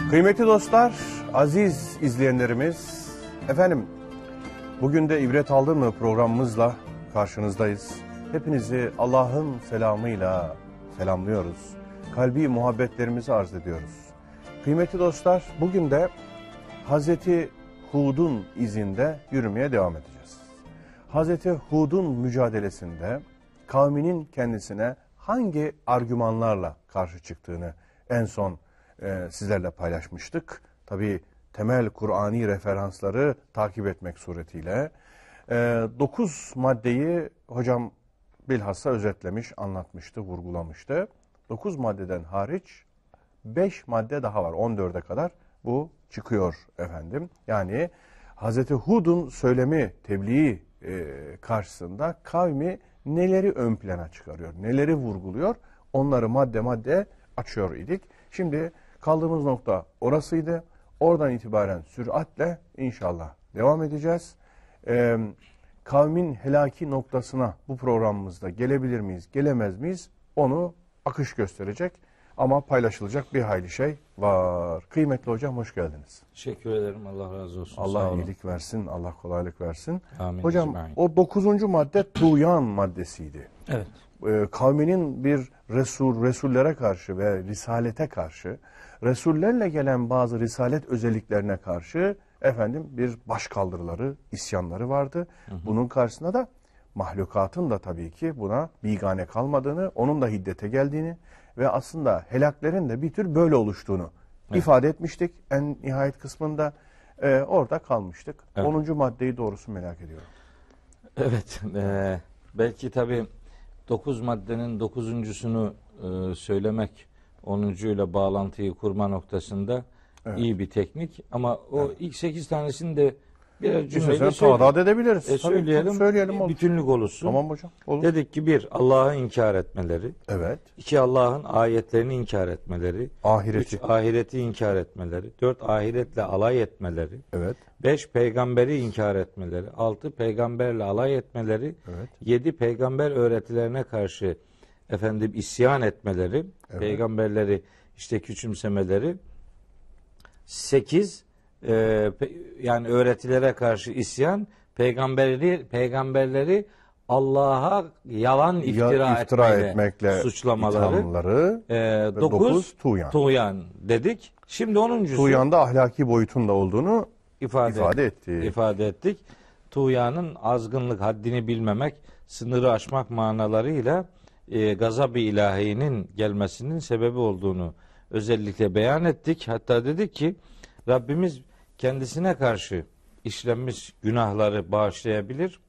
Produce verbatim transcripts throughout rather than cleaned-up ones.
Kıymetli dostlar, aziz izleyenlerimiz, efendim bugün de ibret aldın mı programımızla karşınızdayız. Hepinizi Allah'ın selamıyla selamlıyoruz. Kalbi muhabbetlerimizi arz ediyoruz. Kıymetli dostlar, bugün de Hazreti Hud'un izinde yürümeye devam edeceğiz. Hazreti Hud'un mücadelesinde kavminin kendisine hangi argümanlarla karşı çıktığını en son e, sizlerle paylaşmıştık. Tabii temel Kur'ani referansları takip etmek suretiyle. E, dokuz maddeyi hocam bilhassa özetlemiş, anlatmıştı, vurgulamıştı. Dokuz maddeden hariç beş madde daha var. on dörde kadar bu çıkıyor efendim. Yani Hazreti Hud'un söylemi, tebliği e, karşısında kavmi neleri ön plana çıkarıyor, neleri vurguluyor, onları madde madde açıyor idik. Şimdi kaldığımız nokta orasıydı. Oradan itibaren süratle inşallah devam edeceğiz. Ee, kavmin helaki noktasına bu programımızda gelebilir miyiz, gelemez miyiz? Onu akış gösterecek ama paylaşılacak bir hayli şey var. Kıymetli hocam, hoş geldiniz. Teşekkür ederim. Allah razı olsun. Allah iyilik versin, Allah kolaylık versin. Amin. Hocam, Amin. o dokuzuncu madde tuğyan maddesiydi. Evet. Ee, kavminin bir Resul, Resullere karşı ve Risalete karşı, Resullerle gelen bazı Risalet özelliklerine karşı efendim bir başkaldırıları, isyanları vardı. Hı hı. Bunun karşısında da mahlukatın da tabii ki buna bigane kalmadığını, onun da hiddete geldiğini ve aslında helaklerin de bir tür böyle oluştuğunu evet. ifade etmiştik. En nihayet kısmında e, orada kalmıştık. Evet. onuncu maddeyi doğrusu merak ediyorum. Evet. E, belki tabii dokuz maddenin dokuzuncusunu e, söylemek, onuncuyla bağlantıyı kurma noktasında evet. iyi bir teknik. Ama o evet. ilk sekiz tanesini de birer cümleyle söyleyelim. edebiliriz. E, söyleyelim. Söyleyelim olur. Bütünlük oluşsun. Tamam hocam. Olur. Dedik ki bir, Allah'ı inkar etmeleri. Evet. İki, Allah'ın ayetlerini inkar etmeleri. Ahireti. Üç, ahireti inkar etmeleri. Dört, ahiretle alay etmeleri. Evet. Beş, peygamberi inkar etmeleri. Altı, peygamberle alay etmeleri. Evet. Yedi, peygamber öğretilerine karşı efendim isyan etmeleri. Evet. Peygamberleri işte küçümsemeleri. Sekiz, e, pe, yani öğretilere karşı isyan, peygamberleri peygamberleri Allah'a yalan iftira, ya, iftira etmeyle, etmekle suçlamaları. E, dokuz, dokuz tuğyan. tuğyan dedik. Şimdi onuncusu. Tuğyanda ahlaki boyutunda olduğunu ifade, ifade ettik. ifade ettik. Tuğyanın azgınlık, haddini bilmemek, sınırı aşmak manalarıyla e, gazab-ı ilahinin gelmesinin sebebi olduğunu özellikle beyan ettik. Hatta dedik ki Rabbimiz kendisine karşı işlenmiş günahları bağışlayabilir.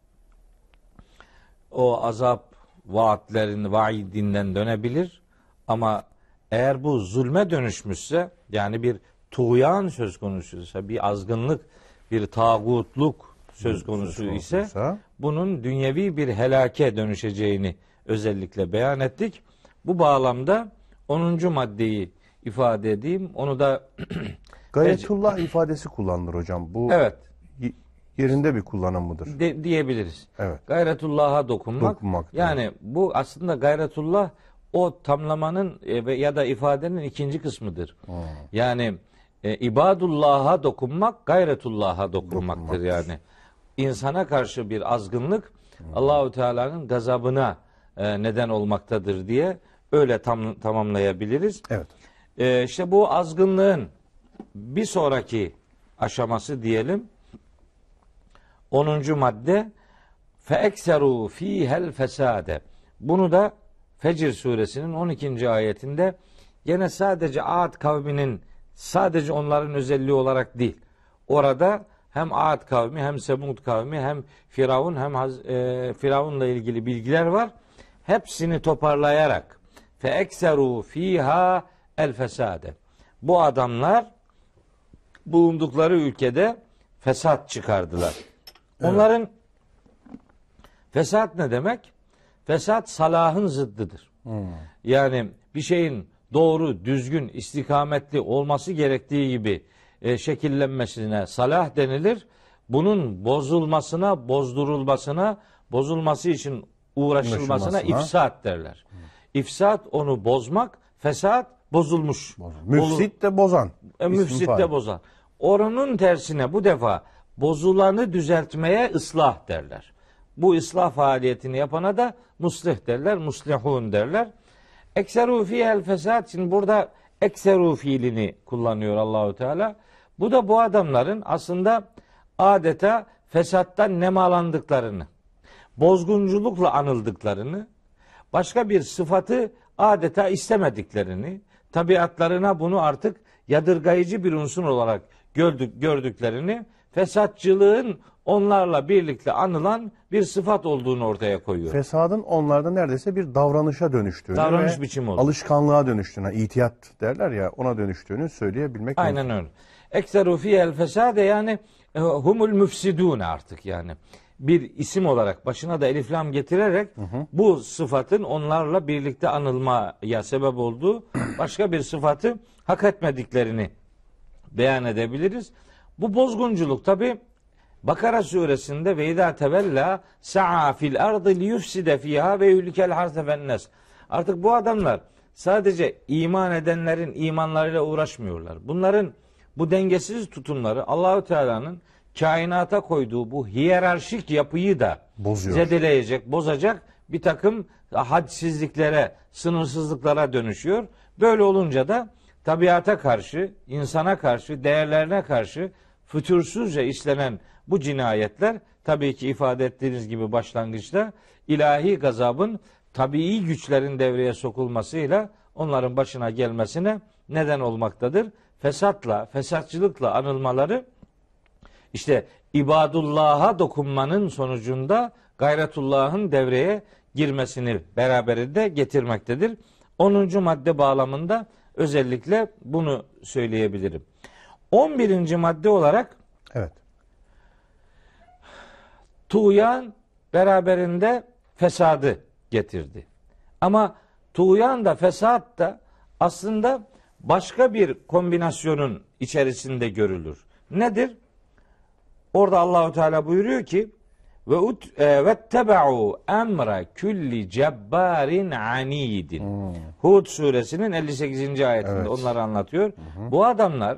O azap vaatlerin vaidinden dönebilir. Ama eğer bu zulme dönüşmüşse, yani bir tuğyan söz konusuysa, bir azgınlık, bir tağutluk söz konusu ise bunun dünyevi bir helake dönüşeceğini özellikle beyan ettik. Bu bağlamda onuncu maddeyi ifade edeyim. Onu da Gayretullah ifadesi kullanılır hocam. Bu evet. yerinde bir kullanım mıdır? De, diyebiliriz. Evet. Gayretullah'a dokunmak. dokunmak yani evet. bu aslında gayretullah o tamlamanın e, ya da ifadenin ikinci kısmıdır. Hmm. Yani e, ibadullah'a dokunmak gayretullah'a dokunmaktır yani. İnsana karşı bir azgınlık hmm. Allahu Teala'nın gazabına e, neden olmaktadır diye öyle tam, tamamlayabiliriz. Evet. E, işte bu azgınlığın bir sonraki aşaması diyelim. onuncu madde fe ekseru fihel fesade. Bunu da Fecr suresinin on ikinci ayetinde yine sadece Ad kavminin, sadece onların özelliği olarak değil. Orada hem Ad kavmi, hem Semud kavmi, hem Firavun, hem e, Firavun'la ilgili bilgiler var. Hepsini toparlayarak fe ekseru fiha el fesade. Bu adamlar bulundukları ülkede fesat çıkardılar. Evet. Onların fesat ne demek? Fesat salahın zıddıdır. Hmm. Yani bir şeyin doğru, düzgün, istikametli olması gerektiği gibi e, şekillenmesine salah denilir. Bunun bozulmasına, bozdurulmasına, bozulması için uğraşılmasına ifsat derler. Hmm. İfsat onu bozmak, fesat bozulmuş. Müfsit de bozan. E, müfsit de bozan. Oranın tersine bu defa bozulanı düzeltmeye ıslah derler. Bu ıslah faaliyetini yapana da muslih derler, muslihun derler. Ekseru fihel fesad. Şimdi burada ekseru fiilini kullanıyor Allahu Teala. Bu da bu adamların aslında adeta fesattan nemalandıklarını, bozgunculukla anıldıklarını, başka bir sıfatı adeta istemediklerini, tabiatlarına bunu artık yadırgayıcı bir unsur olarak gördük, gördüklerini, fesatçılığın onlarla birlikte anılan bir sıfat olduğunu ortaya koyuyor. Fesadın onlarda neredeyse bir davranışa dönüştüğünü Davranış ve biçimi oldu. alışkanlığa dönüştüğünü, itiyat derler ya, ona dönüştüğünü söyleyebilmek Aynen mümkün. öyle. Ekseru fiyel fesade yani e, humul müfsidun artık yani. Bir isim olarak başına da elif lam getirerek hı hı. bu sıfatın onlarla birlikte anılmaya sebep olduğu başka bir sıfatı hak etmediklerini beyan edebiliriz. Bu bozgunculuk tabi Bakara suresinde ve izâ tevellâ sa'a fil ardı liyufside fîhâ ve yuhlikel harse fennes. Artık bu adamlar sadece iman edenlerin imanlarıyla uğraşmıyorlar. Bunların bu dengesiz tutumları Allahu Teala'nın kainata koyduğu bu hiyerarşik yapıyı da bozuyor, zedeleyecek, bozacak bir takım hadsizliklere, sınırsızlıklara dönüşüyor. Böyle olunca da tabiata karşı, insana karşı, değerlerine karşı fütursuzca işlenen bu cinayetler tabii ki ifade ettiğiniz gibi başlangıçta ilahi gazabın tabii güçlerin devreye sokulmasıyla onların başına gelmesine neden olmaktadır. Fesatla, fesatçılıkla anılmaları işte ibadullah'a dokunmanın sonucunda gayretullah'ın devreye girmesini beraberinde getirmektedir. onuncu madde bağlamında özellikle bunu söyleyebilirim. on birinci madde olarak evet. tuğyan beraberinde fesadı getirdi. Ama tuğyan da fesat da aslında başka bir kombinasyonun içerisinde görülür. Nedir? Orada Allahu Teala buyuruyor ki ve ut vettebu emre kulli cebbarin anidin. Hmm. Hud suresinin elli sekizinci ayetinde evet. onları anlatıyor. Hı hı. Bu adamlar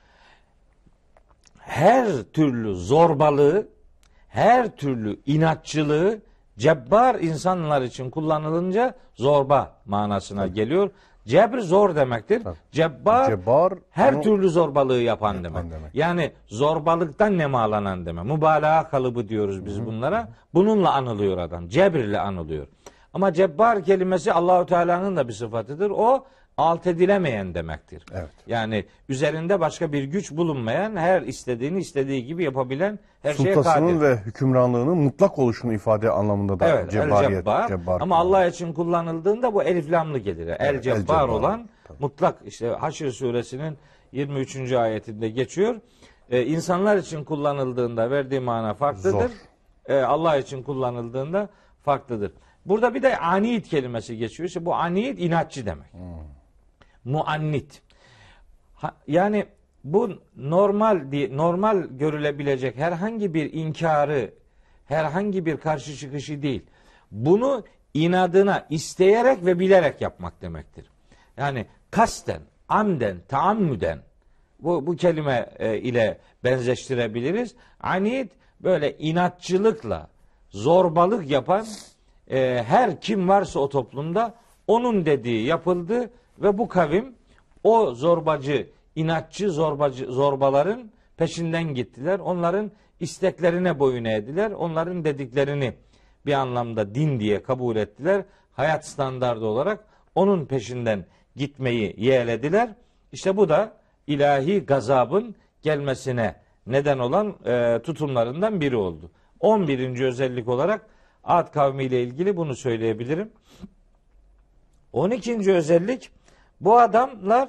her türlü zorbalığı, her türlü inatçılığı cebbar insanlar için kullanılınca zorba manasına Tabii. geliyor. Cebr zor demektir. Tabii. Cebbar, Cebbar her onu, türlü zorbalığı yapan, yapan demek. demek. Yani zorbalıktan nemalanan demek. Mübalağa kalıbı diyoruz biz Hı-hı. bunlara. Bununla anılıyor adam. Cebirle anılıyor. Ama cebbar kelimesi Allahu Teala'nın da bir sıfatıdır. O alt edilemeyen demektir. Evet. Yani üzerinde başka bir güç bulunmayan, her istediğini istediği gibi yapabilen, her şeye kadir. Sultasının ve hükümranlığının mutlak oluşunu ifade anlamında da evet, cebbariyet. Cebbar. Cebbar Ama Allah için kullanıldığında bu eliflamlı gelir. Evet, el cebbar, el cebbar olan tabii. mutlak işte Haşr suresinin yirmi üçüncü ayetinde geçiyor. Ee, insanlar için kullanıldığında verdiği mana farklıdır. Ee, Allah için kullanıldığında farklıdır. Burada bir de anid kelimesi geçiyor. İşte bu anid inatçı demek. Hmm. Muannit. Ha, yani bu normal normal görülebilecek herhangi bir inkarı, herhangi bir karşı çıkışı değil. Bunu inadına isteyerek ve bilerek yapmak demektir. Yani kasten, amden, taammüden bu bu kelime e, ile benzeştirebiliriz. Anid böyle inatçılıkla zorbalık yapan e, her kim varsa o toplumda onun dediği yapıldı. Ve bu kavim o zorbacı, inatçı zorbacı, zorbaların peşinden gittiler. Onların isteklerine boyun eğdiler. Onların dediklerini bir anlamda din diye kabul ettiler. Hayat standardı olarak onun peşinden gitmeyi yeğlediler. İşte bu da ilahi gazabın gelmesine neden olan e, tutumlarından biri oldu. on birinci özellik olarak Ad kavmiyle ilgili bunu söyleyebilirim. on ikinci özellik, bu adamlar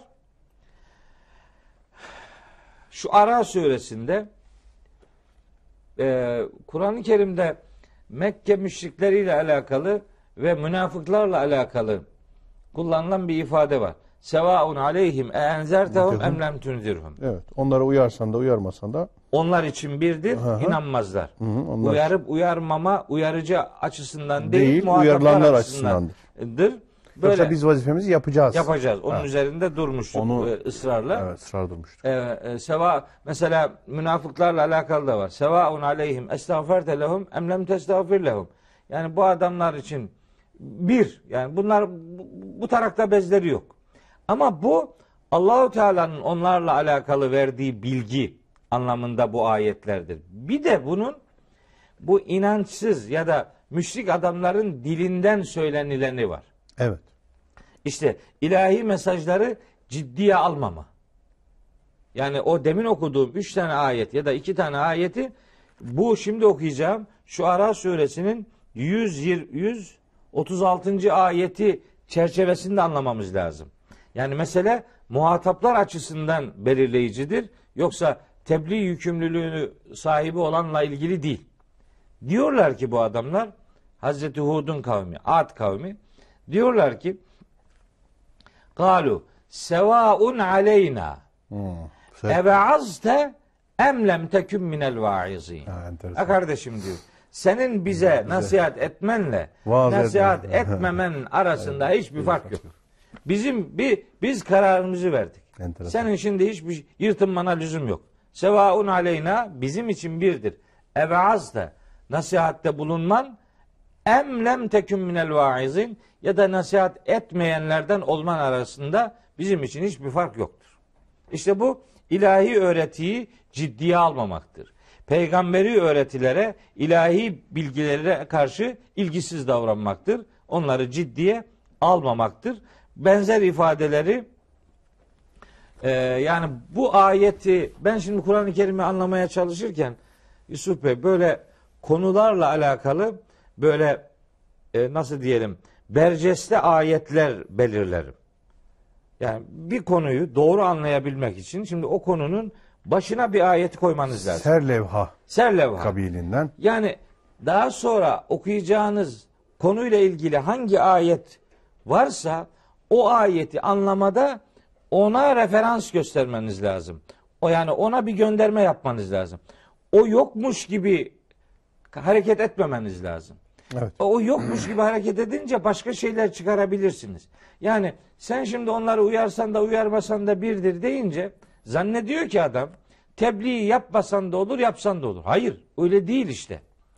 şu Ara suresinde e, Kur'an-ı Kerim'de Mekke müşrikleriyle alakalı ve münafıklarla alakalı kullanılan bir ifade var. Sevaun aleyhim e enzertehum em lem tunzirhum. Evet. Onlara uyarsan da uyarmasan da onlar için birdir, Aha. inanmazlar. Hı hı, onlar Uyarıp uyarmama uyarıcı açısından değil, değil uyarılanlar açısındandır. açısındandır. böyle Yoksa biz vazifemizi yapacağız. yapacağız. Onun Evet. üzerinde durmuştuk Onu- e, ısrarla. Evet, ısrar durmuştuk. Ee, e, seva mesela münafıklarla alakalı da var. Sevaun aleyhim estağferte lehum em lem testağfir lehum. Yani bu adamlar için bir, yani bunlar bu, bu tarakta bezleri yok. Ama bu Allahu Teala'nın onlarla alakalı verdiği bilgi anlamında bu ayetlerdir. Bir de bunun bu inançsız ya da müşrik adamların dilinden söylenileni var. Evet. İşte ilahi mesajları ciddiye almama. Yani o demin okuduğum üç tane ayet ya da iki tane ayeti bu şimdi okuyacağım Şuara suresinin yüz otuz altıncı ayeti çerçevesinde anlamamız lazım. Yani mesele muhataplar açısından belirleyicidir. Yoksa tebliğ yükümlülüğü sahibi olanla ilgili değil. Diyorlar ki bu adamlar Hazreti Hud'un kavmi, Ad kavmi diyorlar ki Galu sevaun aleyna Hmm. Güzel. ebe'azte em lem teküm minel vaizin. Ha, enteresan. Ha kardeşim diyor. Senin bize nasihat etmenle Vaaz nasihat etmen. etmemen arasında hiçbir fark yok. Bizim bir biz kararımızı verdik. Enteresan. Senin şimdi hiçbir yırtınmana lüzum yok. Sevaun aleyna bizim için birdir. Ebe'azte nasihatte bulunman em lem teküm minel vaizin ya da nasihat etmeyenlerden olman arasında bizim için hiçbir fark yoktur. İşte bu ilahi öğretiyi ciddiye almamaktır. Peygamberi öğretilere, ilahi bilgilere karşı ilgisiz davranmaktır. Onları ciddiye almamaktır. Benzer ifadeleri e, yani bu ayeti ben şimdi Kur'an-ı Kerim'i anlamaya çalışırken Yusuf Bey böyle konularla alakalı böyle e, nasıl diyelim berceste ayetler belirlerim. Yani bir konuyu doğru anlayabilmek için şimdi o konunun başına bir ayeti koymanız lazım. Serlevha Serlevha. kabiliğinden. Yani daha sonra okuyacağınız konuyla ilgili hangi ayet varsa o ayeti anlamada ona referans göstermeniz lazım. O yani ona bir gönderme yapmanız lazım. O yokmuş gibi hareket etmemeniz lazım. Evet. O yokmuş gibi hareket edince başka şeyler çıkarabilirsiniz. Yani sen şimdi onları uyarsan da uyarmasan da birdir deyince zannediyor ki adam tebliğ yapmasan da olur yapsan da olur. Hayır öyle değil işte.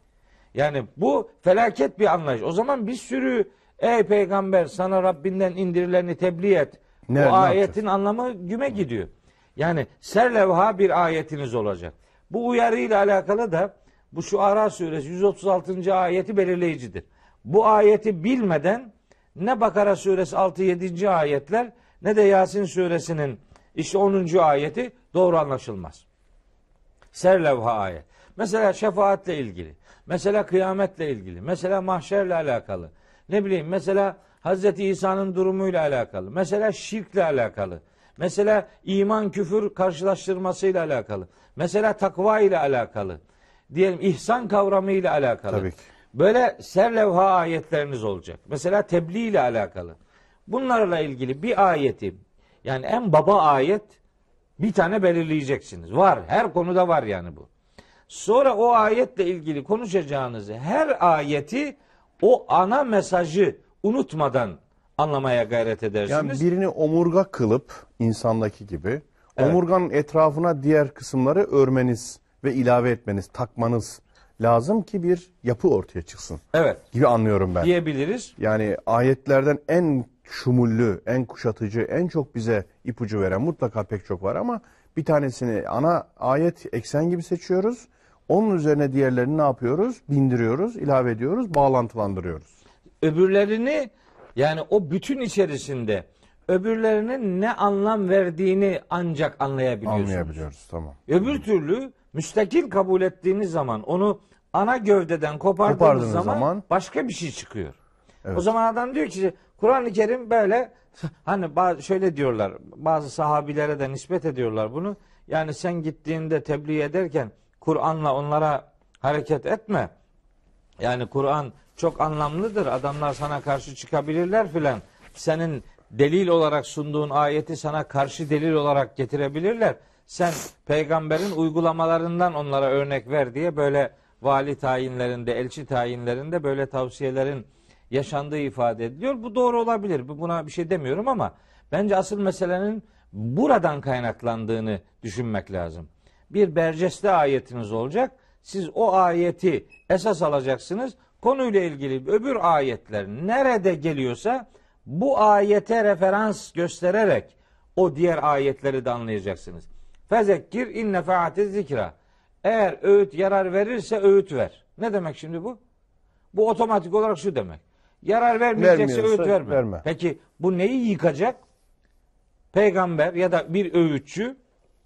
Yani bu felaket bir anlayış. O zaman bir sürü ey peygamber sana Rabbinden indirileni tebliğ et. Ne- bu ne ayetin yapacağız? anlamı güme gidiyor. Yani serlevha bir ayetiniz olacak. Bu uyarıyla alakalı da bu Şuara suresi yüz otuz altıncı ayeti belirleyicidir. Bu ayeti bilmeden ne Bakara suresi altı yedinci ayetler ne de Yasin suresinin işte onuncu ayeti doğru anlaşılmaz. Serlevha ayet. Mesela şefaatle ilgili. Mesela kıyametle ilgili. Mesela mahşerle alakalı. Ne bileyim mesela Hazreti İsa'nın durumuyla alakalı. Mesela şirkle alakalı. Mesela iman küfür karşılaştırmasıyla alakalı. Mesela takva ile alakalı. Diyelim ihsan kavramı ile alakalı. Tabii ki. Böyle serlevha ayetleriniz olacak. Mesela tebliğ ile alakalı. Bunlarla ilgili bir ayeti yani en baba ayet bir tane belirleyeceksiniz. Var. Her konuda var yani bu. Sonra o ayetle ilgili konuşacağınız her ayeti o ana mesajı unutmadan anlamaya gayret Yani edersiniz. birini omurga kılıp insandaki gibi Evet. omurganın etrafına diğer kısımları örmeniz ve ilave etmeniz, takmanız lazım ki bir yapı ortaya çıksın Evet. gibi anlıyorum ben. Diyebiliriz. Yani ayetlerden en şumullü, en kuşatıcı, en çok bize ipucu veren mutlaka pek çok var ama bir tanesini ana ayet eksen gibi seçiyoruz. Onun üzerine diğerlerini ne yapıyoruz? Bindiriyoruz, ilave ediyoruz, bağlantılandırıyoruz. Öbürlerini yani o bütün içerisinde öbürlerinin ne anlam verdiğini ancak anlayabiliyorsunuz. Anlayabiliyoruz, tamam. Öbür türlü müstakil kabul ettiğiniz zaman onu ana gövdeden kopardığınız, Kopardığınız zaman, zaman- başka bir şey çıkıyor. Evet. O zaman adam diyor ki Kur'an-ı Kerim böyle hani bazı, şöyle diyorlar bazı sahabilere de nispet ediyorlar bunu. Yani sen gittiğinde tebliğ ederken Kur'an'la onlara hareket etme. Yani Kur'an çok anlamlıdır. Adamlar sana karşı çıkabilirler filan. Senin delil olarak sunduğun ayeti sana karşı delil olarak getirebilirler. Sen peygamberin uygulamalarından onlara örnek ver diye böyle vali tayinlerinde, elçi tayinlerinde böyle tavsiyelerin yaşandığı ifade ediliyor. Bu doğru olabilir. Buna bir şey demiyorum ama bence asıl meselenin buradan kaynaklandığını düşünmek lazım. Bir berceste ayetiniz olacak. Siz o ayeti esas alacaksınız. Konuyla ilgili öbür ayetler nerede geliyorsa bu ayete referans göstererek o diğer ayetleri de anlayacaksınız. Fezekkir inne featiz zikra. Eğer öğüt yarar verirse öğüt ver. Ne demek şimdi bu? Bu otomatik olarak şu demek. Yarar vermeyecekse öğüt verme. verme. Peki bu neyi yıkacak? Peygamber ya da bir öğütçü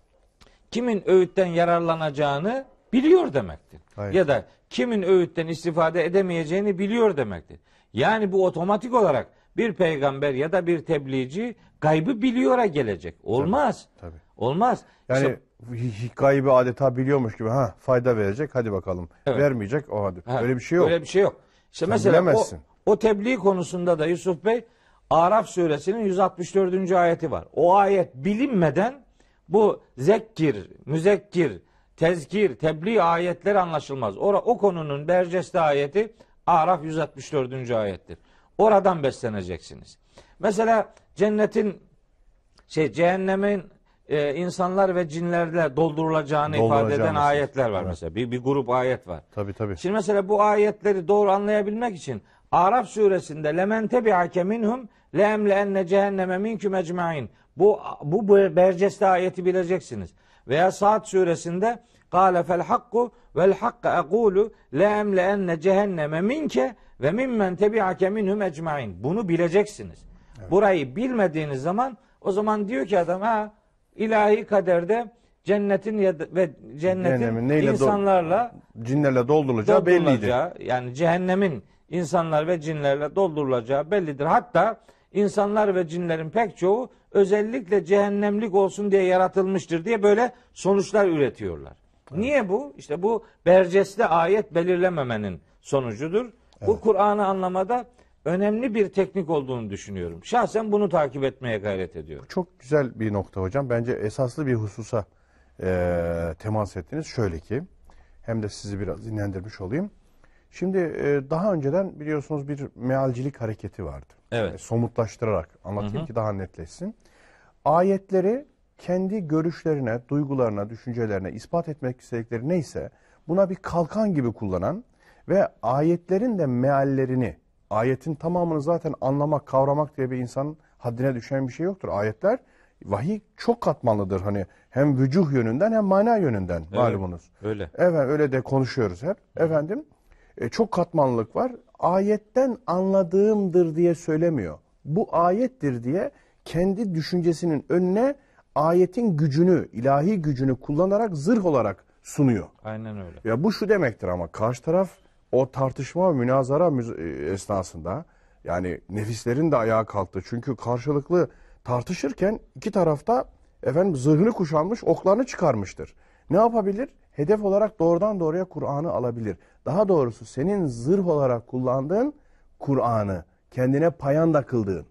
kimin öğütten yararlanacağını biliyor demektir. Hayır. Ya da kimin öğütten istifade edemeyeceğini biliyor demektir. Yani bu otomatik olarak bir peygamber ya da bir tebliğci gaybı biliyora gelecek. Olmaz. Tabii, tabii. Olmaz. Yani işte, gaybı adeta biliyormuş gibi ha fayda verecek hadi bakalım. Evet. Vermeyecek o hadi. Ha, öyle bir şey yok. Öyle bir şey yok. İşte sen mesela bilemezsin. o, o tebliğ konusunda da Yusuf Bey Araf suresinin yüz altmış dördüncü ayeti var. O ayet bilinmeden bu zekkir, müzekkir, tezkir, tebliğ ayetleri anlaşılmaz. O, o konunun berceste ayeti Araf yüz altmış dördüncü ayettir. Oradan besleneceksiniz. Mesela cennetin şey cehennemin e, insanlar ve cinlerle doldurulacağını ifade eden mesela. ayetler var evet. mesela. Bir, bir grup ayet var. Tabii tabii. Şimdi mesela bu ayetleri doğru anlayabilmek için Araf suresinde lemen tebi'ake minhum le'emle'enne cehenneme minküm ecmaîn. Bu bu berceste ayeti bileceksiniz. Veya Saat suresinde Kâle fel hakku vel hakke ekûlu le'emle'enne cehenneme minke ve mimmen tebi'ake minhum ecmaîn. Bunu bileceksiniz. Evet. Burayı bilmediğiniz zaman o zaman diyor ki adam ha ilahi kaderde cennetin ya da, ve cennetin insanlarla do- cinlerle doldurulacağı, doldurulacağı belliydi. Yani cehennemin insanlar ve cinlerle doldurulacağı bellidir. Hatta insanlar ve cinlerin pek çoğu özellikle cehennemlik olsun diye yaratılmıştır diye böyle sonuçlar üretiyorlar. Evet. Niye bu? İşte bu berceste ayet belirlememenin sonucudur. Evet. Bu Kur'an'ı anlamada önemli bir teknik olduğunu düşünüyorum. Şahsen bunu takip etmeye gayret ediyorum. Çok güzel bir nokta hocam. Bence esaslı bir hususa e, temas ettiniz. Şöyle ki hem de sizi biraz dinlendirmiş olayım. Şimdi e, daha önceden biliyorsunuz bir mealcilik hareketi vardı. Evet. Yani somutlaştırarak anlatayım hı hı. ki daha netleşsin. Ayetleri kendi görüşlerine, duygularına, düşüncelerine ispat etmek istedikleri neyse buna bir kalkan gibi kullanan ve ayetlerin de meallerini, ayetin tamamını zaten anlamak, kavramak diye bir insanın haddine düşen bir şey yoktur. Ayetler, vahiy çok katmanlıdır. Hani hem vücuh yönünden hem mana yönünden evet, malumunuz. Öyle. Evet, öyle de konuşuyoruz hep. Hı. Efendim, e, çok katmanlılık var. Ayetten anladığımdır diye söylemiyor. Bu ayettir diye kendi düşüncesinin önüne ayetin gücünü, ilahi gücünü kullanarak zırh olarak sunuyor. Aynen öyle. Ya bu şu demektir ama karşı taraf o tartışma, münazara esnasında yani nefislerin de ayağa kalktı. Çünkü karşılıklı tartışırken iki tarafta efendim zırhını kuşanmış, oklarını çıkarmıştır. Ne yapabilir? Hedef olarak doğrudan doğruya Kur'an'ı alabilir. Daha doğrusu senin zırh olarak kullandığın Kur'an'ı, kendine payanda kıldığın.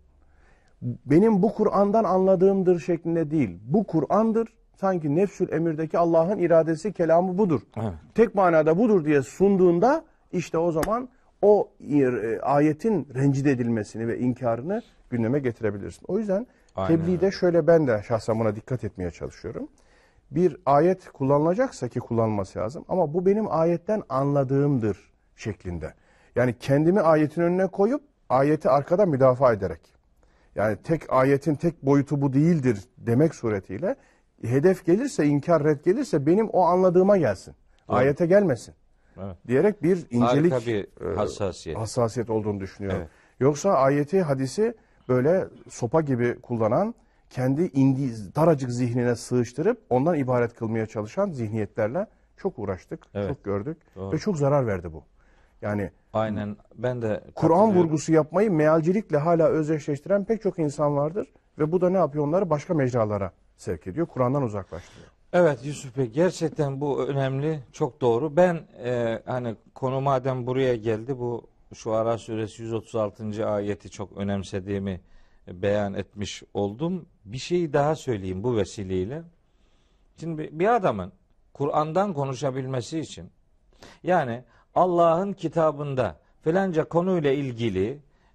Benim bu Kur'an'dan anladığımdır şeklinde değil. Bu Kur'an'dır. Sanki nefsül emirdeki Allah'ın iradesi, kelamı budur. Evet. Tek manada budur diye sunduğunda işte o zaman o ayetin rencide edilmesini ve inkarını gündeme getirebilirsin. O yüzden tebliğde şöyle ben de şahsen buna dikkat etmeye çalışıyorum. Bir ayet kullanılacaksa ki kullanılması lazım ama bu benim ayetten anladığımdır şeklinde. Yani kendimi ayetin önüne koyup ayeti arkada müdafaa ederek. Yani tek ayetin tek boyutu bu değildir demek suretiyle hedef gelirse, inkar red gelirse benim o anladığıma gelsin. Evet. Ayete gelmesin. Evet. Diyerek bir incelik, harika bir hassasiyet. hassasiyet olduğunu düşünüyorum. Evet. Yoksa ayeti, hadisi böyle sopa gibi kullanan, kendi indi, daracık zihnine sığıştırıp ondan ibaret kılmaya çalışan zihniyetlerle çok uğraştık, evet. çok gördük Doğru. ve çok zarar verdi bu. Yani aynen ben de Kur'an vurgusu yapmayı mealcilikle hala özdeşleştiren pek çok insan vardır ve bu da ne yapıyor? Onları başka mecralara sevk ediyor. Kur'an'dan uzaklaştırıyor. Evet Yusuf Bey, gerçekten bu önemli, çok doğru. Ben e, hani konu madem buraya geldi, bu Şuara suresi yüz otuz altıncı ayeti çok önemsediğimi beyan etmiş oldum. Bir şey daha söyleyeyim bu vesileyle. Şimdi bir adamın Kur'an'dan konuşabilmesi için, yani Allah'ın kitabında filanca konuyla ilgili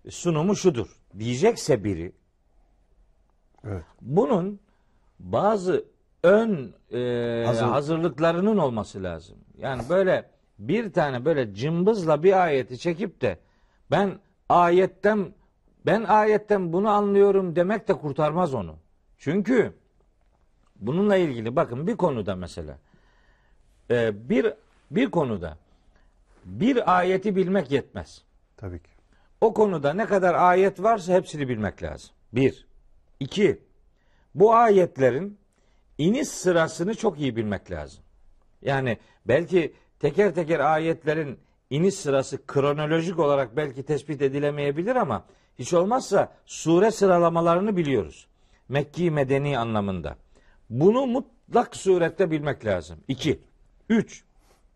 sunumu şudur diyecekse biri, Evet. bunun bazı ön e, Hazır- hazırlıklarının olması lazım. Yani böyle bir tane böyle cımbızla bir ayeti çekip de ben ayetten ben ayetten bunu anlıyorum demek de kurtarmaz onu. Çünkü bununla ilgili bakın bir konuda mesela e, bir bir konuda bir ayeti bilmek yetmez. Tabii ki. O konuda ne kadar ayet varsa hepsini bilmek lazım. Bir. İki. Bu ayetlerin iniş sırasını çok iyi bilmek lazım. Yani belki teker teker ayetlerin iniş sırası kronolojik olarak belki tespit edilemeyebilir ama hiç olmazsa sure sıralamalarını biliyoruz. Mekki medeni anlamında. Bunu mutlak surette bilmek lazım. İki. Üç.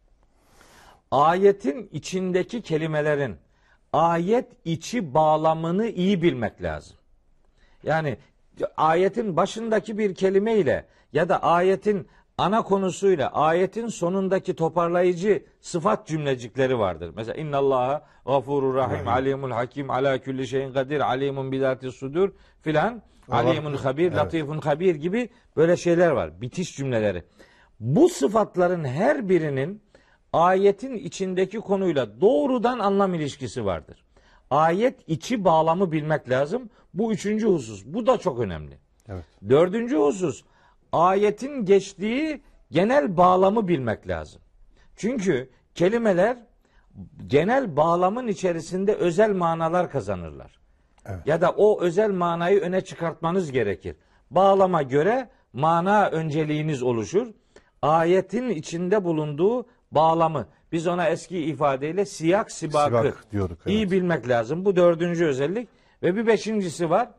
Ayetin içindeki kelimelerin ayet içi bağlamını iyi bilmek lazım. Yani ayetin başındaki bir kelime ile ya da ayetin ana konusuyla ayetin sonundaki toparlayıcı sıfat cümlecikleri vardır. Mesela innallaha gafurur rahim, alimul hakim, ala kulli şeyin kadir, alimun bizatis sudur filan, alimun habir, Evet. latifun habir gibi böyle şeyler var. Bitiş cümleleri. Bu sıfatların her birinin ayetin içindeki konuyla doğrudan anlam ilişkisi vardır. Ayet içi bağlamı bilmek lazım. Bu üçüncü husus. Bu da çok önemli. Evet. Dördüncü husus, ayetin geçtiği genel bağlamı bilmek lazım. Çünkü kelimeler genel bağlamın içerisinde özel manalar kazanırlar. Evet. Ya da o özel manayı öne çıkartmanız gerekir. Bağlama göre mana önceliğiniz oluşur. Ayetin içinde bulunduğu bağlamı, biz ona eski ifadeyle siyak sibakı Sibak diyorduk, evet. iyi bilmek lazım. Bu dördüncü özellik. Ve bir beşincisi var.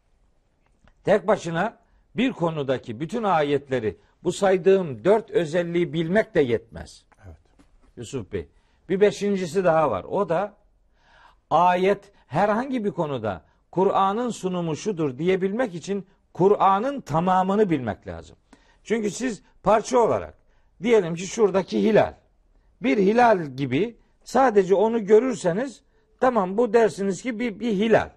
Tek başına bir konudaki bütün ayetleri, bu saydığım dört özelliği bilmek de yetmez. Evet. Yusuf Bey. Bir beşincisi daha var. O da ayet herhangi bir konuda Kur'an'ın sunumu şudur diyebilmek için Kur'an'ın tamamını bilmek lazım. Çünkü siz parça olarak diyelim ki şuradaki hilal. Bir hilal gibi sadece onu görürseniz tamam, bu dersiniz ki bir, bir hilal.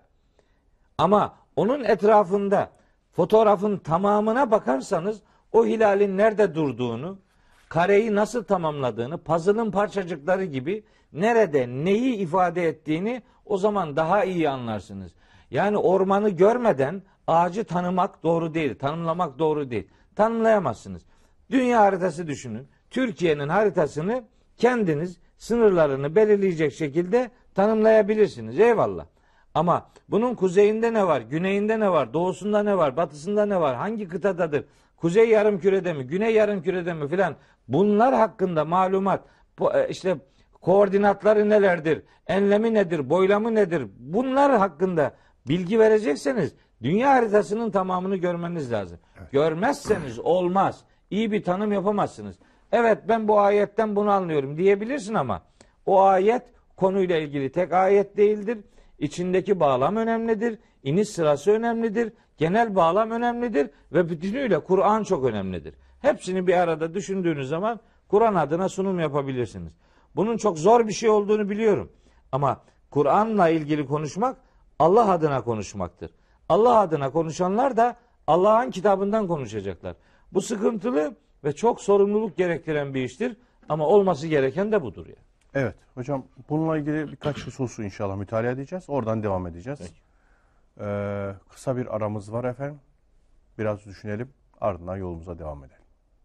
Ama onun etrafında fotoğrafın tamamına bakarsanız o hilalin nerede durduğunu, kareyi nasıl tamamladığını, puzzle'ın parçacıkları gibi nerede neyi ifade ettiğini o zaman daha iyi anlarsınız. Yani ormanı görmeden ağacı tanımak doğru değil, tanımlamak doğru değil. Tanımlayamazsınız. Dünya haritası düşünün. Türkiye'nin haritasını kendiniz sınırlarını belirleyecek şekilde tanımlayabilirsiniz. Eyvallah. Ama bunun kuzeyinde ne var, güneyinde ne var, doğusunda ne var, batısında ne var, hangi kıtadadır, kuzey yarımkürede mi, güney yarımkürede mi filan, bunlar hakkında malumat, işte koordinatları nelerdir, enlemi nedir, boylamı nedir, bunlar hakkında bilgi verecekseniz dünya haritasının tamamını görmeniz lazım. Evet. Görmezseniz olmaz. İyi bir tanım yapamazsınız. Evet, ben bu ayetten bunu anlıyorum diyebilirsin ama o ayet konuyla ilgili tek ayet değildir. İçindeki bağlam önemlidir. İniş sırası önemlidir. Genel bağlam önemlidir. Ve bütünüyle Kur'an çok önemlidir. Hepsini bir arada düşündüğünüz zaman Kur'an adına sunum yapabilirsiniz. Bunun çok zor bir şey olduğunu biliyorum. Ama Kur'an'la ilgili konuşmak Allah adına konuşmaktır. Allah adına konuşanlar da Allah'ın kitabından konuşacaklar. Bu sıkıntılı ve çok sorumluluk gerektiren bir iştir. Ama olması gereken de budur yani. Evet hocam, bununla ilgili birkaç hususu inşallah mütalaa edeceğiz. Oradan devam edeceğiz. Ee, kısa bir aramız var efendim. Biraz düşünelim, ardından yolumuza devam edelim.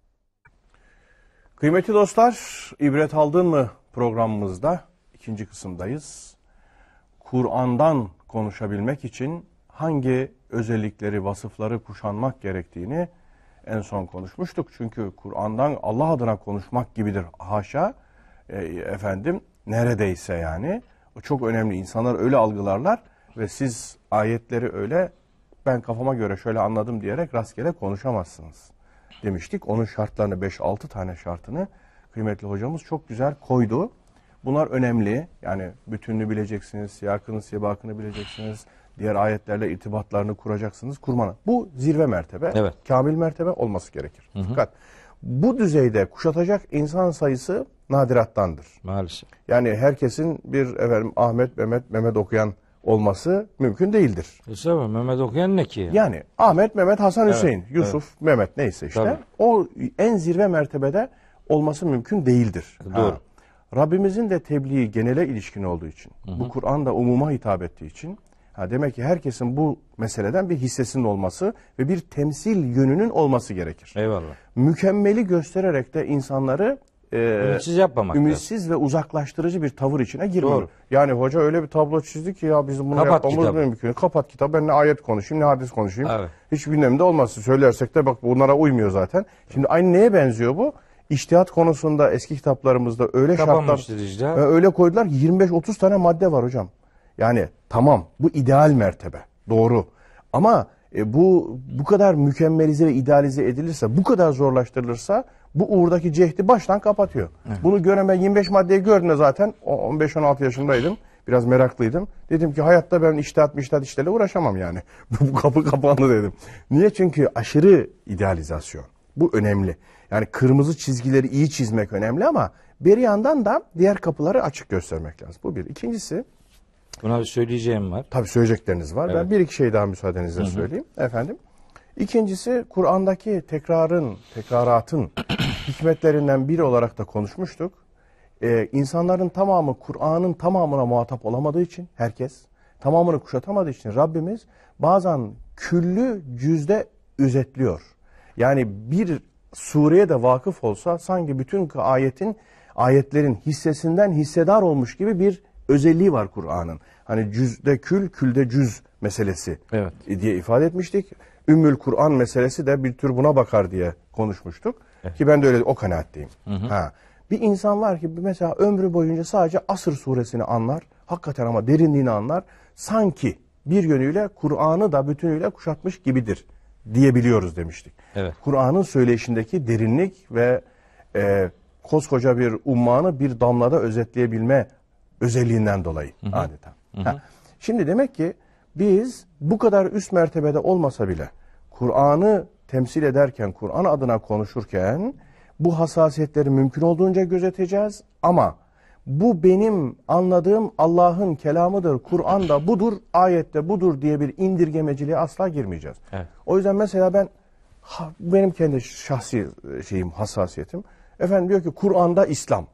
Kıymetli dostlar, ibret aldın mı programımızda ikinci kısımdayız. Kur'an'dan konuşabilmek için hangi özellikleri, vasıfları kuşanmak gerektiğini en son konuşmuştuk. Çünkü Kur'an'dan Allah adına konuşmak gibidir. Haşa. E, efendim neredeyse yani. O çok önemli. İnsanlar öyle algılarlar ve siz ayetleri öyle ben kafama göre şöyle anladım diyerek rastgele konuşamazsınız demiştik. Onun şartlarını, beş altı tane şartını kıymetli hocamız çok güzel koydu. Bunlar önemli. Yani bütününü bileceksiniz, siyakını, sibakını bileceksiniz. Diğer ayetlerle irtibatlarını kuracaksınız. Kurmanı. Bu zirve mertebe. Evet. Kamil mertebe olması gerekir. Hı hı. Fakat bu düzeyde kuşatacak insan sayısı nadirattandır. Maalesef. Yani herkesin bir efendim Ahmet, Mehmet, Mehmet okuyan olması mümkün değildir. Estağfurullah, Mehmet okuyan ne ki? Yani Ahmet, Mehmet, Hasan, Evet, Hüseyin, Yusuf, Mehmet neyse işte. Tabii. O en zirve mertebede olması mümkün değildir. Doğru. Ha. Rabbimizin de tebliği genele ilişkin olduğu için, hı hı. bu Kur'an da umuma hitap ettiği için, ha demek ki herkesin bu meseleden bir hissesinin olması ve bir temsil yönünün olması gerekir. Eyvallah. Mükemmeli göstererek de insanları e, Ümitsiz yapmamak ümitsiz ve uzaklaştırıcı bir tavır içine girmiyor. Doğru. Yani hoca öyle bir tablo çizdi ki ya bizim bunu Kapat yapmamız kitabı. mümkün. Kapat kitabı, ben ne ayet konuşayım ne hadis konuşayım. Evet. Hiç gündemde olmazsa söylersek de bak bunlara uymuyor zaten. Şimdi aynı neye benziyor bu? İçtihat konusunda eski kitaplarımızda öyle Kapanmıştır şartlar icra. ve öyle koydular ki yirmi beş otuz tane madde var hocam. Yani tamam bu ideal mertebe. Doğru. Ama e, bu bu kadar mükemmelize ve idealize edilirse, bu kadar zorlaştırılırsa bu uğurdaki cehdi baştan kapatıyor. Evet. Bunu gören ben yirmi beş maddeyi gördüğümde zaten on beş on altı yaşındaydım. Biraz meraklıydım. Dedim ki hayatta ben içtihat miştihat işlerle uğraşamam yani. Bu kapı kapandı dedim. Niye? Çünkü aşırı idealizasyon. Bu önemli. Yani kırmızı çizgileri iyi çizmek önemli ama bir yandan da diğer kapıları açık göstermek lazım. Bu bir. İkincisi, buna bir söyleyeceğim var. tabii söyleyecekleriniz var. Evet. Ben bir iki şey daha müsaadenizle Hı hı. söyleyeyim. Efendim. İkincisi, Kur'an'daki tekrarın, tekraratın hikmetlerinden biri olarak da konuşmuştuk. Ee, insanların tamamı Kur'an'ın tamamına muhatap olamadığı için, herkes tamamını kuşatamadığı için Rabbimiz bazen küllü cüzde özetliyor. Yani bir sureye de vakıf olsa sanki bütün ayetin, ayetlerin hissesinden hissedar olmuş gibi bir özelliği var Kur'an'ın. Hani cüzde kül, külde cüz meselesi Evet. diye ifade etmiştik. Ümmül Kur'an meselesi de bir tür buna bakar diye konuşmuştuk. Evet. Ki ben de öyle o kanaatteyim. Hı hı. Ha. Bir insan var ki mesela ömrü boyunca sadece Asr suresini anlar. Hakikaten ama derinliğini anlar. Sanki bir yönüyle Kur'an'ı da bütünüyle kuşatmış gibidir diyebiliyoruz demiştik. Evet. Kur'an'ın söyleyişindeki derinlik ve e, koskoca bir ummanı bir damlada özetleyebilme özelliğinden dolayı hı hı. adeta. Hı hı. Ha. Şimdi demek ki biz bu kadar üst mertebede olmasa bile Kur'an'ı temsil ederken, Kur'an adına konuşurken bu hassasiyetleri mümkün olduğunca gözeteceğiz ama bu benim anladığım Allah'ın kelamıdır, Kur'an da budur, ayette budur diye bir indirgemeciliğe asla girmeyeceğiz. Evet. O yüzden mesela ben, benim kendi şahsi şeyim, hassasiyetim, efendim diyor ki Kur'an'da İslam.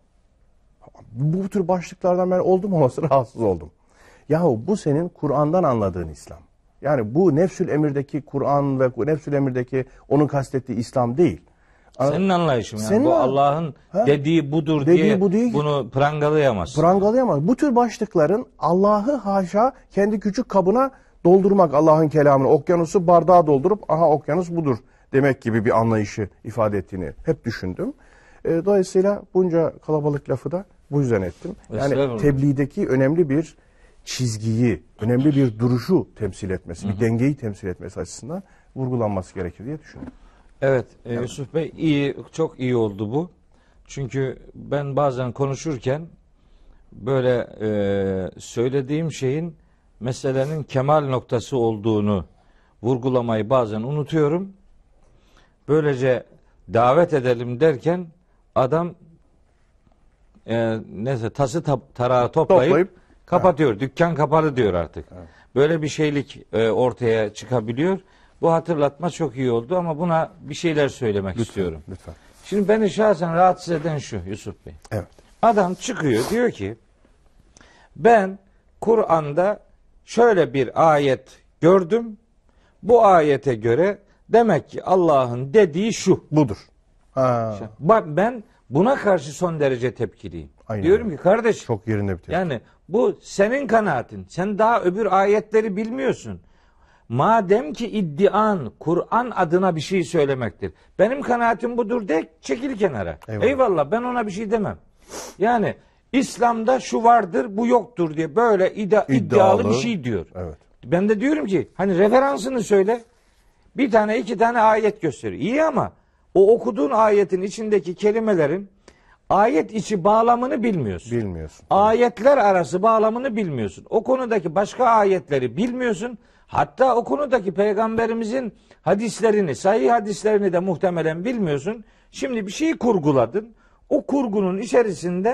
Bu tür başlıklardan ben oldum olması rahatsız oldum. Yahu bu senin Kur'an'dan anladığın İslam. Yani bu Nefsül Emir'deki Kur'an ve Nefsül Emir'deki onun kastettiği İslam değil. Senin anlayışın yani. Senin bu Allah'ın dediği budur dediği diye bu değil, bunu prangalayamazsın. Prangalayamaz. Bu tür başlıkların Allah'ı haşa kendi küçük kabına doldurmak, Allah'ın kelamını, okyanusu bardağa doldurup aha okyanus budur demek gibi bir anlayışı ifade ettiğini hep düşündüm. E, dolayısıyla bunca kalabalık lafı da bu yüzden ettim. Yani tebliğdeki önemli bir çizgiyi, önemli bir duruşu temsil etmesi, bir dengeyi temsil etmesi açısından vurgulanması gerekir diye düşünüyorum. Evet, e, evet, Yusuf Bey iyi, çok iyi oldu bu. Çünkü ben bazen konuşurken böyle e, söylediğim şeyin meselenin kemal noktası olduğunu vurgulamayı bazen unutuyorum. Böylece davet edelim derken adam e, neyse tası tarağı toplayıp, toplayıp kapatıyor. Ha. Dükkan kapalı diyor artık. Ha. Böyle bir şeylik e, ortaya çıkabiliyor. Bu hatırlatma çok iyi oldu ama buna bir şeyler söylemek lütfen, istiyorum. Lütfen. Şimdi beni şahsen rahatsız eden şu Yusuf Bey. Evet. Adam çıkıyor diyor ki ben Kur'an'da şöyle bir ayet gördüm. Bu ayete göre demek ki Allah'ın dediği şu. Budur. Ha. Bak ben buna karşı son derece tepkiliyim. Aynen. Diyorum ki kardeş. Çok yerinde bir tepki. Yani bu senin kanaatin. Sen daha öbür ayetleri bilmiyorsun. Madem ki iddian Kur'an adına bir şey söylemektir. Benim kanaatim budur de çekil kenara. Eyvallah. Eyvallah ben ona bir şey demem. Yani İslam'da şu vardır bu yoktur diye böyle ida, iddialı, iddialı bir şey diyor. Evet. Ben de diyorum ki hani referansını söyle. Bir tane iki tane ayet gösteriyor. İyi ama o okuduğun ayetin içindeki kelimelerin ayet içi bağlamını bilmiyorsun. Bilmiyorsun. Ayetler arası bağlamını bilmiyorsun. O konudaki başka ayetleri bilmiyorsun. Hatta o konudaki peygamberimizin hadislerini, sahih hadislerini de muhtemelen bilmiyorsun. Şimdi bir şeyi kurguladın. O kurgunun içerisinden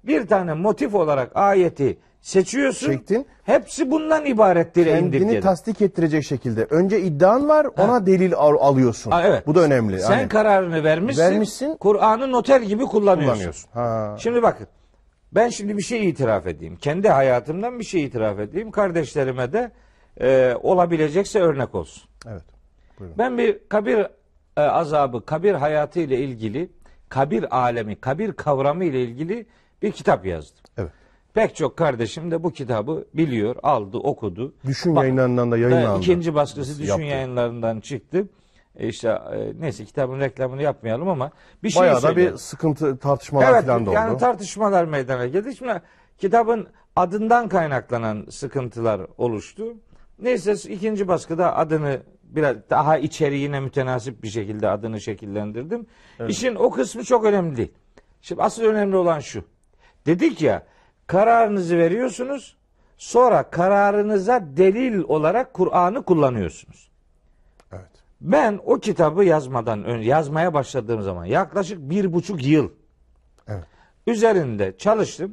bir tane motif olarak ayeti seçiyorsun. Çektin. Hepsi bundan ibarettir Kendini indirgedin. tasdik ettirecek şekilde. Önce iddian var, ona ha. delil al- alıyorsun. Ha, evet. Bu da önemli. Sen yani, kararını vermişsin. vermişsin. Kur'an'ı noter gibi kullanıyorsun. kullanıyorsun. Ha. Şimdi bakın. Ben şimdi bir şey itiraf edeyim. Kendi hayatımdan bir şey itiraf edeyim. Kardeşlerime de e, olabilecekse örnek olsun. Evet. Buyurun. Ben bir kabir e, azabı, kabir hayatı ile ilgili, kabir alemi, kabir kavramı ile ilgili bir kitap yazdım. Evet. Pek çok kardeşim de bu kitabı biliyor, aldı, okudu. Düşün Bak, yayınlarından da yayınlandı. İkinci baskısı Düşün yaptı. Yayınlarından çıktı. E işte e, neyse kitabın reklamını yapmayalım ama bir şey Bayağı söyleyeyim. da bir sıkıntı, tartışmalar evet, falan da oldu. Evet yani tartışmalar meydana geldi. Şimdi kitabın adından kaynaklanan sıkıntılar oluştu. Neyse ikinci baskıda adını biraz daha içeriğine mütenasip bir şekilde adını şekillendirdim. Evet. İşin o kısmı çok önemli değil. Şimdi asıl önemli olan şu. Dedik ya, kararınızı veriyorsunuz, sonra kararınıza delil olarak Kur'an'ı kullanıyorsunuz. Evet. Ben o kitabı yazmadan önce, yazmaya başladığım zaman yaklaşık bir buçuk yıl evet. üzerinde çalıştım.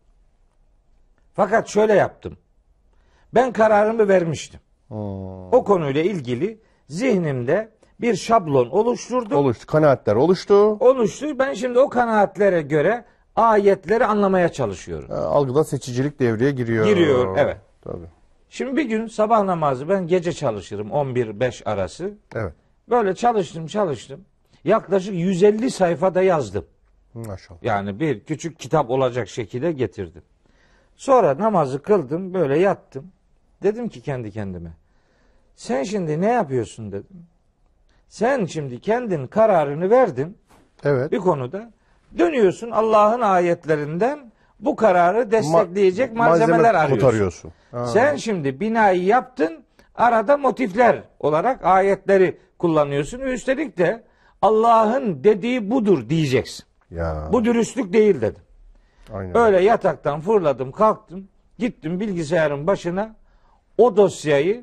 Fakat şöyle yaptım. Ben kararımı vermiştim. Hmm. O konuyla ilgili zihnimde bir şablon oluşturdum. Oluştu, kanaatler oluştu. Oluştu. Ben şimdi o kanaatlere göre ayetleri anlamaya çalışıyorum. Ha, algıda seçicilik devreye giriyor. Giriyor, evet. Tabii. Şimdi bir gün sabah namazı ben gece çalışırım on bir beş arası. Evet. Böyle çalıştım çalıştım. Yaklaşık yüz elli sayfada yazdım. Maşallah. Yani bir küçük kitap olacak şekilde getirdim. Sonra namazı kıldım, böyle yattım. Dedim ki kendi kendime, sen şimdi ne yapıyorsun dedim. Sen şimdi kendin kararını verdin. Evet. Bir konuda. Dönüyorsun Allah'ın ayetlerinden bu kararı destekleyecek Ma- malzemeler arıyorsun. arıyorsun. Sen şimdi binayı yaptın, arada motifler olarak ayetleri kullanıyorsun. Üstelik de Allah'ın dediği budur diyeceksin. Ya. Bu dürüstlük değil dedim. Aynen. Öyle yataktan fırladım, kalktım, gittim bilgisayarın başına, o dosyayı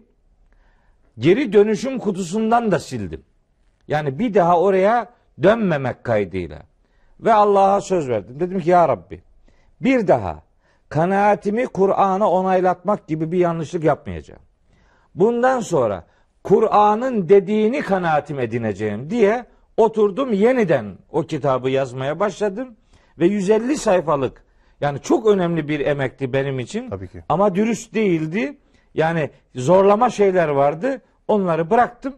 geri dönüşüm kutusundan da sildim. Yani bir daha oraya dönmemek kaydıyla. Ve Allah'a söz verdim. Dedim ki ya Rabbi, bir daha kanaatimi Kur'an'a onaylatmak gibi bir yanlışlık yapmayacağım. Bundan sonra Kur'an'ın dediğini kanaatim edineceğim diye oturdum, yeniden o kitabı yazmaya başladım. Ve yüz elli sayfalık, yani çok önemli bir emekti benim için. Tabii ki. Ama dürüst değildi. Yani zorlama şeyler vardı. Onları bıraktım.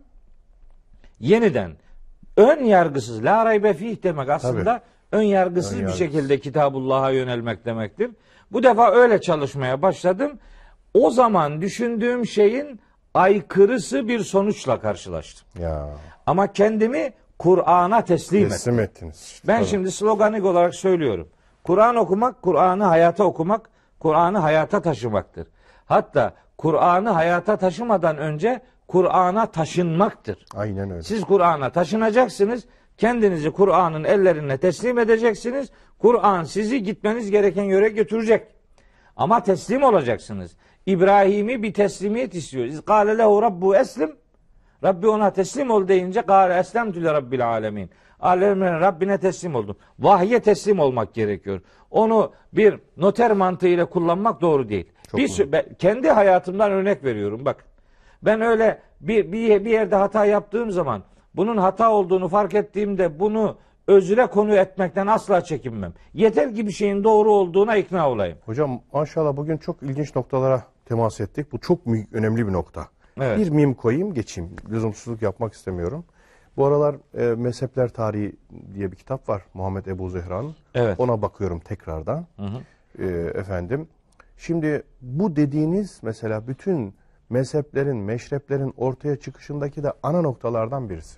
Yeniden ön yargısız, la raybe fih demek aslında Tabii. ön yargısız ön bir yargısız. şekilde Kitabullah'a yönelmek demektir. Bu defa öyle çalışmaya başladım. O zaman düşündüğüm şeyin aykırısı bir sonuçla karşılaştım. Ya. Ama kendimi Kur'an'a teslim, teslim ettim. ettiniz. Ben Tabii. şimdi sloganik olarak söylüyorum. Kur'an okumak, Kur'an'ı hayata okumak, Kur'an'ı hayata taşımaktır. Hatta Kur'an'ı hayata taşımadan önce Kur'an'a taşınmaktır. Aynen öyle. Siz Kur'an'a taşınacaksınız, kendinizi Kur'an'ın ellerine teslim edeceksiniz. Kur'an sizi gitmeniz gereken yere götürecek. Ama teslim olacaksınız. İbrahim'i bir teslimiyet istiyor. İzkâle lehu rabbu eslim. Rabbi ona teslim ol deyince gâle eslemtü le rabbil âlemin. Alemlerin Rabbine teslim oldum. Vahye teslim olmak gerekiyor. Onu bir noter mantığıyla kullanmak doğru değil. Çok bir ben, kendi hayatımdan örnek veriyorum bak. Ben öyle bir, bir bir yerde hata yaptığım zaman bunun hata olduğunu fark ettiğimde bunu özüre konu etmekten asla çekinmem. Yeter ki bir şeyin doğru olduğuna ikna olayım. Hocam maşallah bugün çok ilginç noktalara temas ettik. Bu çok önemli bir nokta. Evet. Bir mim koyayım geçeyim. Lüzumsuzluk yapmak istemiyorum. Bu aralar e, Mezhepler Tarihi diye bir kitap var. Muhammed Ebu Zehra'nın. Evet. Ona bakıyorum tekrardan. Hı hı. E, efendim. Şimdi bu dediğiniz mesela bütün mezheplerin, meşreplerin ortaya çıkışındaki de ana noktalardan birisi.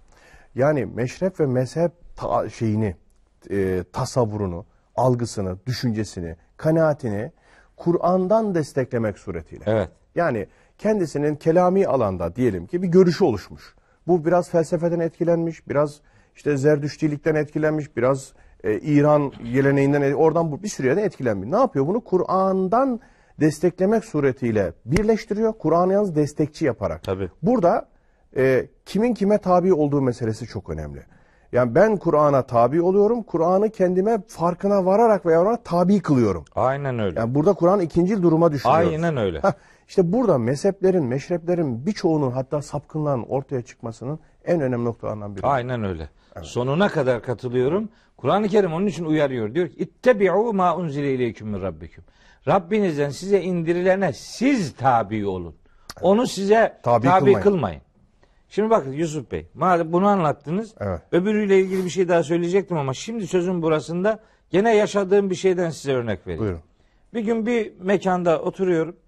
Yani meşrep ve mezhep ta şeyini, e, tasavvurunu, algısını, düşüncesini, kanaatini Kur'an'dan desteklemek suretiyle. Evet. Yani kendisinin kelami alanda diyelim ki bir görüşü oluşmuş. Bu biraz felsefeden etkilenmiş, biraz işte Zerdüştilikten etkilenmiş, biraz e, İran geleneğinden, oradan bu bir sürü yerden etkilenmiş. Ne yapıyor? Bunu Kur'an'dan desteklemek suretiyle birleştiriyor. Kur'an'ı yalnız destekçi yaparak. Tabii. Burada e, kimin kime tabi olduğu meselesi çok önemli. Yani ben Kur'an'a tabi oluyorum. Kur'an'ı kendime farkına vararak veya ona tabi kılıyorum. Aynen öyle. Yani burada Kur'an ikincil duruma düşürüyoruz. Aynen öyle. Heh, işte burada mezheplerin, meşreplerin birçoğunun hatta sapkınlığın ortaya çıkmasının en önemli noktalarından biri. Aynen öyle. Evet. Sonuna kadar katılıyorum. Kur'an-ı Kerim onun için uyarıyor. Diyor ki İttebi'u ma unzile ileyküm min rabbikum. Rabbinizden size indirilene siz tabi olun. Evet. Onu size tabi, tabi kılmayın. kılmayın. Şimdi bakın Yusuf Bey, madem bunu anlattınız. Evet. Öbürüyle ilgili bir şey daha söyleyecektim ama şimdi sözün burasında gene yaşadığım bir şeyden size örnek vereyim. Buyurun. Bir gün bir mekanda oturuyorum.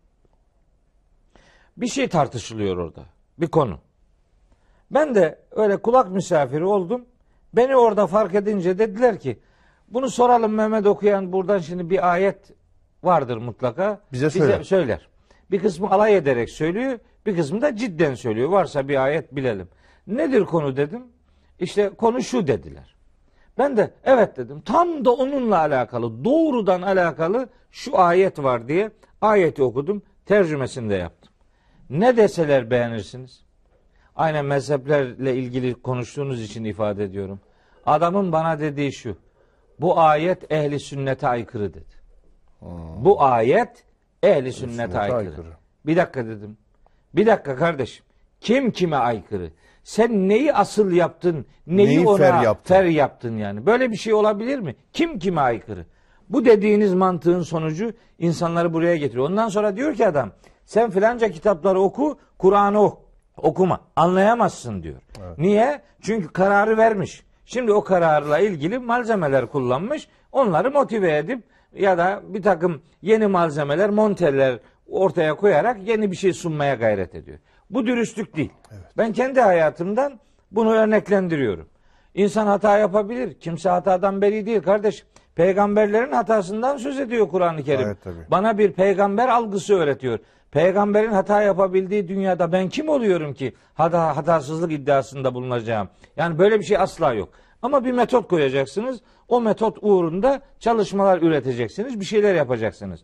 Bir şey tartışılıyor orada. Bir konu. Ben de öyle kulak misafiri oldum. Beni orada fark edince dediler ki bunu soralım Mehmet okuyan, buradan şimdi bir ayet vardır mutlaka. Bize, Bize söyler. Bir kısmı alay ederek söylüyor, bir kısmı da cidden söylüyor. Varsa bir ayet bilelim. Nedir konu dedim. İşte konu şu dediler. Ben de evet dedim. Tam da onunla alakalı, doğrudan alakalı şu ayet var diye ayeti okudum. Tercümesini de yaptım. Ne deseler beğenirsiniz. Aynen mezheplerle ilgili konuştuğunuz için ifade ediyorum. Adamın bana dediği şu. Bu ayet ehli sünnete aykırı dedi. Hmm. Bu ayet ehli sünnete, sünnete aykırı. aykırı. Bir dakika dedim. Bir dakika kardeşim. Kim kime aykırı? Sen neyi asıl yaptın? Neyi, neyi ona fer yaptın? fer yaptın yani? Böyle bir şey olabilir mi? Kim kime aykırı? Bu dediğiniz mantığın sonucu insanları buraya getiriyor. Ondan sonra diyor ki adam, sen filanca kitapları oku, Kur'an'ı oku. Okuma. Anlayamazsın diyor. Evet. Niye? Çünkü kararı vermiş. Şimdi o kararla ilgili malzemeler kullanmış. Onları motive edip ya da bir takım yeni malzemeler, monteler ortaya koyarak yeni bir şey sunmaya gayret ediyor. Bu dürüstlük değil. Evet. Ben kendi hayatımdan bunu örneklendiriyorum. İnsan hata yapabilir. Kimse hatadan beri değil kardeşim. Peygamberlerin hatasından söz ediyor Kur'an-ı Kerim. Evet, bana bir peygamber algısı öğretiyor. Peygamberin hata yapabildiği dünyada ben kim oluyorum ki hata, hatasızlık iddiasında bulunacağım? Yani böyle bir şey asla yok. Ama bir metot koyacaksınız. O metot uğrunda çalışmalar üreteceksiniz. Bir şeyler yapacaksınız.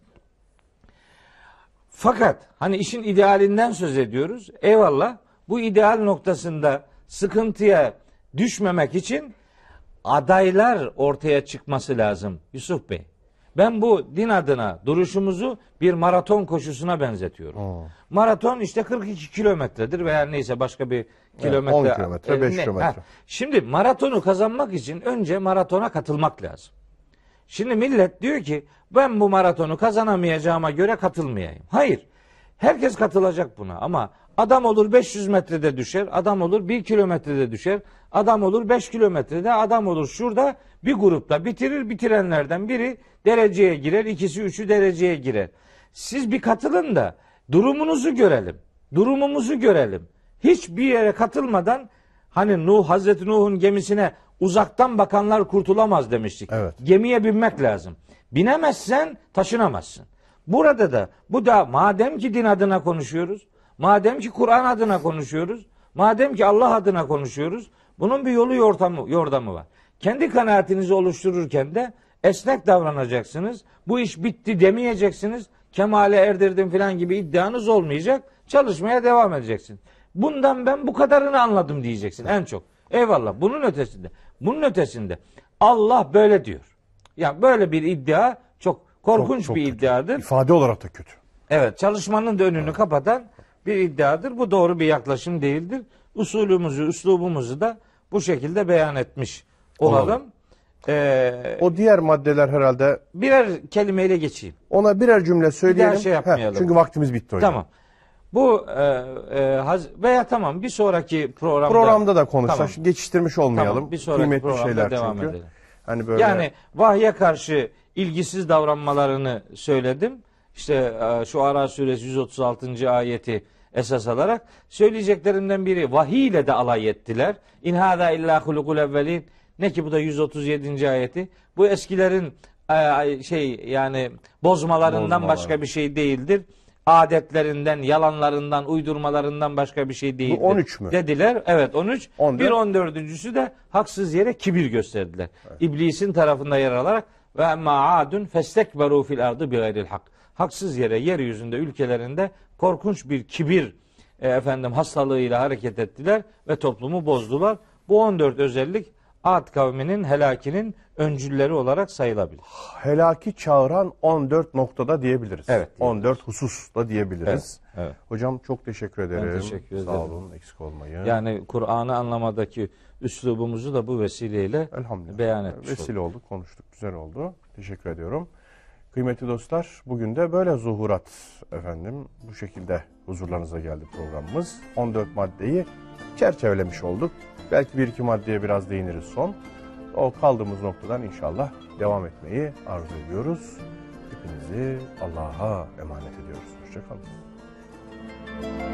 Fakat hani işin idealinden söz ediyoruz. Eyvallah. Bu ideal noktasında sıkıntıya düşmemek için adaylar ortaya çıkması lazım Yusuf Bey. Ben bu din adına duruşumuzu bir maraton koşusuna benzetiyorum. Hmm. Maraton işte kırk iki kilometredir veya neyse başka bir kilometre. on kilometre, beş kilometre. Ha, şimdi maratonu kazanmak için önce maratona katılmak lazım. Şimdi millet diyor ki ben bu maratonu kazanamayacağıma göre katılmayayım. Hayır. Herkes katılacak buna ama adam olur beş yüz metrede düşer, adam olur bir kilometrede düşer, adam olur beş kilometrede, adam olur şurada bir grupta bitirir, bitirenlerden biri dereceye girer, ikisi üçü dereceye girer. Siz bir katılın da durumunuzu görelim, durumumuzu görelim. Hiçbir yere katılmadan hani Nuh, Hazreti Nuh'un gemisine uzaktan bakanlar kurtulamaz demiştik. Evet. Gemiye binmek lazım. Binemezsen taşınamazsın. Burada da bu da madem ki din adına konuşuyoruz, madem ki Kur'an adına konuşuyoruz, madem ki Allah adına konuşuyoruz, bunun bir yolu yordamı, yordamı var. Kendi kanaatinizi oluştururken de esnek davranacaksınız. Bu iş bitti demeyeceksiniz. Kemale erdirdim falan gibi iddianız olmayacak. Çalışmaya devam edeceksin. Bundan ben bu kadarını anladım diyeceksin en çok. Eyvallah. Bunun ötesinde. Bunun ötesinde Allah böyle diyor. Ya böyle bir iddia çok korkunç çok, çok bir kötü. iddiadır. İfade olarak da kötü. Evet, çalışmanın da önünü evet. kapatan bir iddiadır. Bu doğru bir yaklaşım değildir. Usulümüzü, üslubumuzu da bu şekilde beyan etmiş olalım. olalım. Ee, o diğer maddeler herhalde birer kelimeyle geçeyim. Ona birer cümle söyleyelim. Bir daha şey yapmayalım. Heh, çünkü vaktimiz bitti hocam. Tamam. Bu e, e, haz, veya tamam bir sonraki programda programda da konuşsak tamam. geçiştirmiş olmayalım. Tamam, bir sonraki Kıymetli programda şeyler devam çünkü. edelim. Hani böyle yani vahye karşı ilgisiz davranmalarını söyledim. İşte şu Ara suresi yüz otuz altıncı ayeti esas alarak söyleyeceklerimden biri vahiy ile de alay ettiler. İn hâzâ illâ hulukul evvelîn. Ne ki bu da yüz otuz yedinci ayeti. Bu eskilerin şey yani bozmalarından Bozmalar. başka bir şey değildir. Adetlerinden, yalanlarından, uydurmalarından başka bir şey değildir. Bu on üç mü? Dediler. Evet on üç. on dört. Bir on dördüncüsü de haksız yere kibir gösterdiler. Evet. İblisin tarafında yer alarak ve emmâ âdun festekberû fil ardı bigayril hak. Haksız yere yeryüzünde ülkelerinde korkunç bir kibir e, efendim hastalığıyla hareket ettiler ve toplumu bozdular. Bu on dört özellik Ad kavminin helakinin öncülleri olarak sayılabilir. Helaki çağıran on dört noktada diyebiliriz. Evet, on dört husus da diyebiliriz. Evet, evet. Hocam çok teşekkür ederim. Ben teşekkür ederim. Sağ olun, eksik olmayın. Yani Kur'an'ı anlamadaki üslubumuzu da bu vesileyle Elhamdülillah. beyan etmiş Vesile olduk. olduk, konuştuk. Güzel oldu. Teşekkür ediyorum. Kıymetli dostlar, bugün de böyle zuhurat efendim. Bu şekilde huzurlarınıza geldi programımız. on dört maddeyi çerçevelemiş olduk. Belki bir iki maddeye biraz değiniriz son. O kaldığımız noktadan inşallah devam etmeyi arzu ediyoruz. Hepinizi Allah'a emanet ediyoruz. Hoşça kalın.